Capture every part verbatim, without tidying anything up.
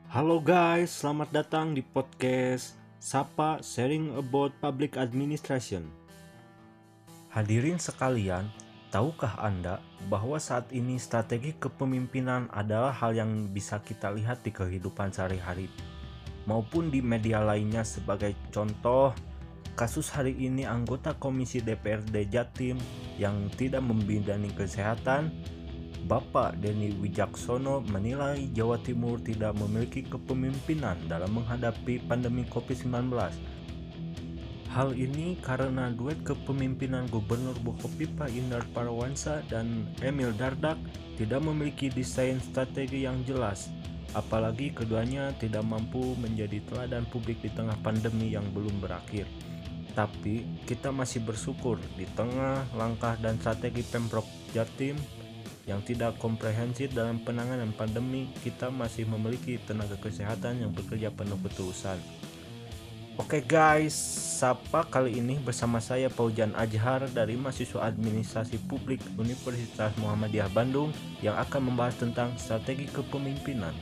Halo guys, selamat datang di podcast Sapa Sharing About Public Administration. Hadirin sekalian, tahukah Anda bahwa saat ini strategi kepemimpinan adalah hal yang bisa kita lihat di kehidupan sehari-hari maupun di media lainnya. Sebagai contoh, kasus hari ini anggota Komisi D P R D Jatim yang tidak membidangi kesehatan, Bapak Denny Wijaksono, menilai Jawa Timur tidak memiliki kepemimpinan dalam menghadapi pandemi covid sembilan belas. Hal ini karena duet kepemimpinan Gubernur Bukopipa Indar Parawansa dan Emil Dardak tidak memiliki desain strategi yang jelas, apalagi keduanya tidak mampu menjadi teladan publik di tengah pandemi yang belum berakhir. Tapi kita masih bersyukur di tengah langkah dan strategi Pemprov Jatim yang tidak komprehensif dalam penanganan pandemi, kita masih memiliki tenaga kesehatan yang bekerja penuh ketulusan. Oke guys, Sapa kali ini bersama saya Paujan Ajhar dari mahasiswa Administrasi Publik Universitas Muhammadiyah Bandung yang akan membahas tentang strategi kepemimpinan.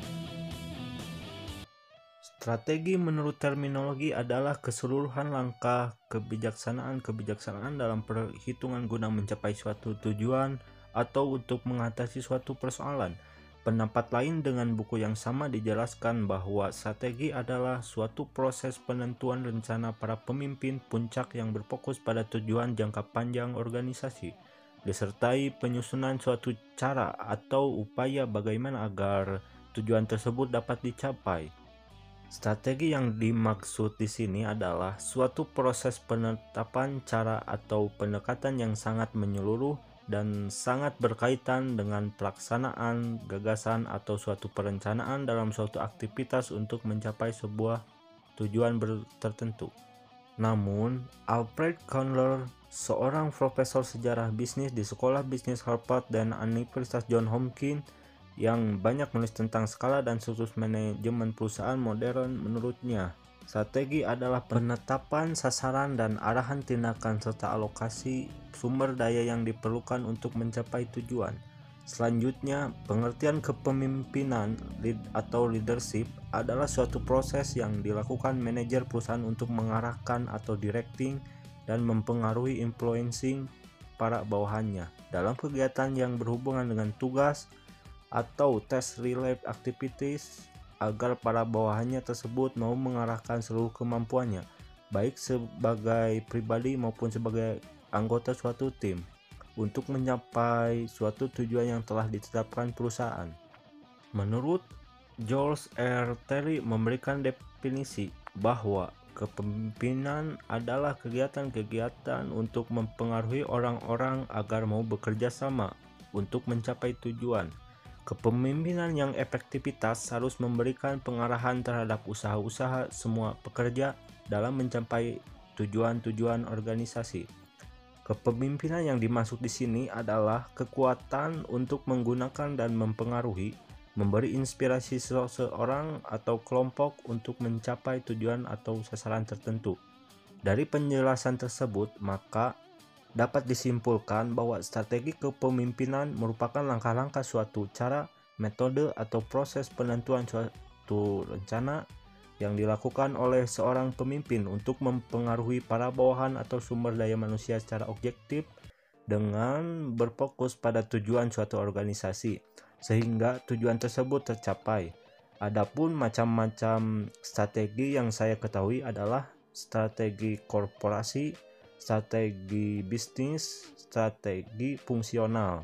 Strategi menurut terminologi adalah keseluruhan langkah kebijaksanaan-kebijaksanaan dalam perhitungan guna mencapai suatu tujuan atau untuk mengatasi suatu persoalan. Pendapat lain dengan buku yang sama dijelaskan bahwa strategi adalah suatu proses penentuan rencana para pemimpin puncak yang berfokus pada tujuan jangka panjang organisasi, disertai penyusunan suatu cara atau upaya bagaimana agar tujuan tersebut dapat dicapai. Strategi yang dimaksud di sini adalah suatu proses penetapan cara atau pendekatan yang sangat menyeluruh dan sangat berkaitan dengan pelaksanaan gagasan atau suatu perencanaan dalam suatu aktivitas untuk mencapai sebuah tujuan tertentu. Namun, Alfred Kohler, seorang profesor sejarah bisnis di Sekolah Bisnis Harvard dan Universitas Johns Hopkins yang banyak menulis tentang skala dan struktur manajemen perusahaan modern, menurutnya strategi adalah penetapan sasaran dan arahan tindakan serta alokasi sumber daya yang diperlukan untuk mencapai tujuan. Selanjutnya, pengertian kepemimpinan lead atau leadership adalah suatu proses yang dilakukan manajer perusahaan untuk mengarahkan atau directing dan mempengaruhi influencing para bawahannya dalam kegiatan yang berhubungan dengan tugas atau task related activities agar para bawahannya tersebut mau mengarahkan seluruh kemampuannya, baik sebagai pribadi maupun sebagai anggota suatu tim, untuk mencapai suatu tujuan yang telah ditetapkan perusahaan. Menurut George R. Terry memberikan definisi bahwa kepemimpinan adalah kegiatan-kegiatan untuk mempengaruhi orang-orang agar mau bekerja sama untuk mencapai tujuan. Kepemimpinan yang efektivitas harus memberikan pengarahan terhadap usaha-usaha semua pekerja dalam mencapai tujuan-tujuan organisasi. Kepemimpinan yang dimaksud di sini adalah kekuatan untuk menggunakan dan mempengaruhi, memberi inspirasi seseorang atau kelompok untuk mencapai tujuan atau sasaran tertentu. Dari penjelasan tersebut, maka dapat disimpulkan bahwa strategi kepemimpinan merupakan langkah-langkah suatu cara, metode, atau proses penentuan suatu rencana yang dilakukan oleh seorang pemimpin untuk mempengaruhi para bawahan atau sumber daya manusia secara objektif dengan berfokus pada tujuan suatu organisasi, sehingga tujuan tersebut tercapai. Adapun macam-macam strategi yang saya ketahui adalah strategi korporasi, strategi bisnis, strategi fungsional.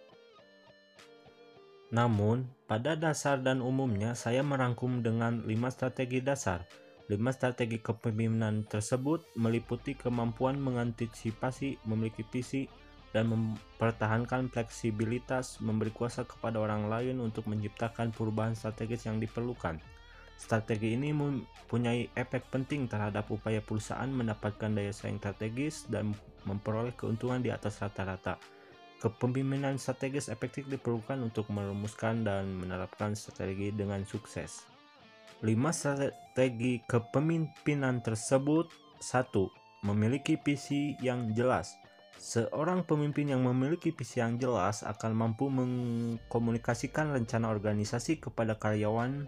Namun, pada dasar dan umumnya saya merangkum dengan lima strategi dasar. Lima strategi kepemimpinan tersebut meliputi kemampuan mengantisipasi, memiliki visi, dan mempertahankan fleksibilitas, memberi kuasa kepada orang lain untuk menciptakan perubahan strategis yang diperlukan. Strategi ini mempunyai efek penting terhadap upaya perusahaan mendapatkan daya saing strategis dan memperoleh keuntungan di atas rata-rata. Kepemimpinan strategis efektif diperlukan untuk merumuskan dan menerapkan strategi dengan sukses. Lima strategi kepemimpinan tersebut. Satu. Memiliki visi yang jelas. Seorang pemimpin yang memiliki visi yang jelas akan mampu mengkomunikasikan rencana organisasi kepada karyawan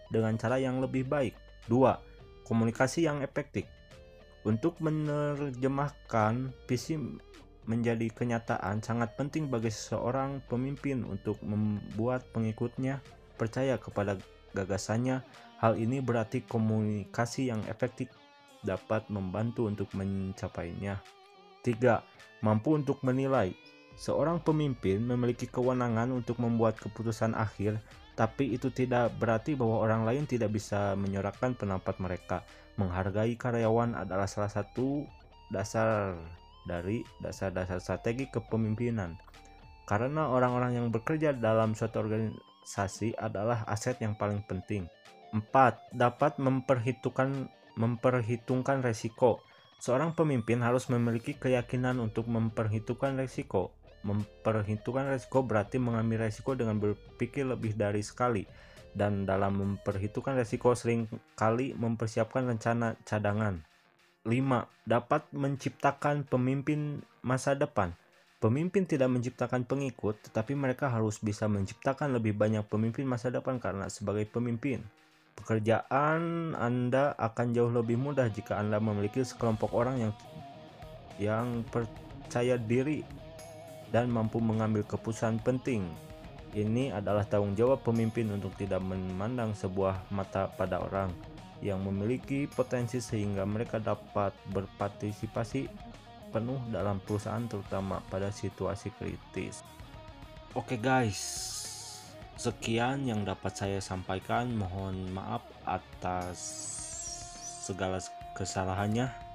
dengan cara yang lebih baik. Dua. Komunikasi yang efektif. Untuk menerjemahkan visi menjadi kenyataan, sangat penting bagi seseorang pemimpin untuk membuat pengikutnya percaya kepada gagasannya. Hal ini berarti komunikasi yang efektif dapat membantu untuk mencapainya. Tiga. Mampu untuk menilai. Seorang pemimpin memiliki kewenangan untuk membuat keputusan akhir, tapi itu tidak berarti bahwa orang lain tidak bisa menyuarakan pendapat mereka. Menghargai karyawan adalah salah satu dasar dari dasar-dasar strategi kepemimpinan. Karena orang-orang yang bekerja dalam suatu organisasi adalah aset yang paling penting. Empat. Dapat memperhitungkan memperhitungkan resiko. Seorang pemimpin harus memiliki keyakinan untuk memperhitungkan resiko. Memperhitungkan resiko berarti mengambil resiko dengan berpikir lebih dari sekali, dan dalam memperhitungkan resiko seringkali mempersiapkan rencana cadangan. Lima. Dapat menciptakan pemimpin masa depan. Pemimpin tidak menciptakan pengikut, tetapi mereka harus bisa menciptakan lebih banyak pemimpin masa depan. Karena sebagai pemimpin, pekerjaan Anda akan jauh lebih mudah jika Anda memiliki sekelompok orang yang yang percaya diri dan mampu mengambil keputusan penting. Ini adalah tanggung jawab pemimpin untuk tidak memandang sebuah mata pada orang yang memiliki potensi sehingga mereka dapat berpartisipasi penuh dalam perusahaan, terutama pada situasi kritis. Oke guys, sekian yang dapat saya sampaikan. Mohon maaf atas segala kesalahannya.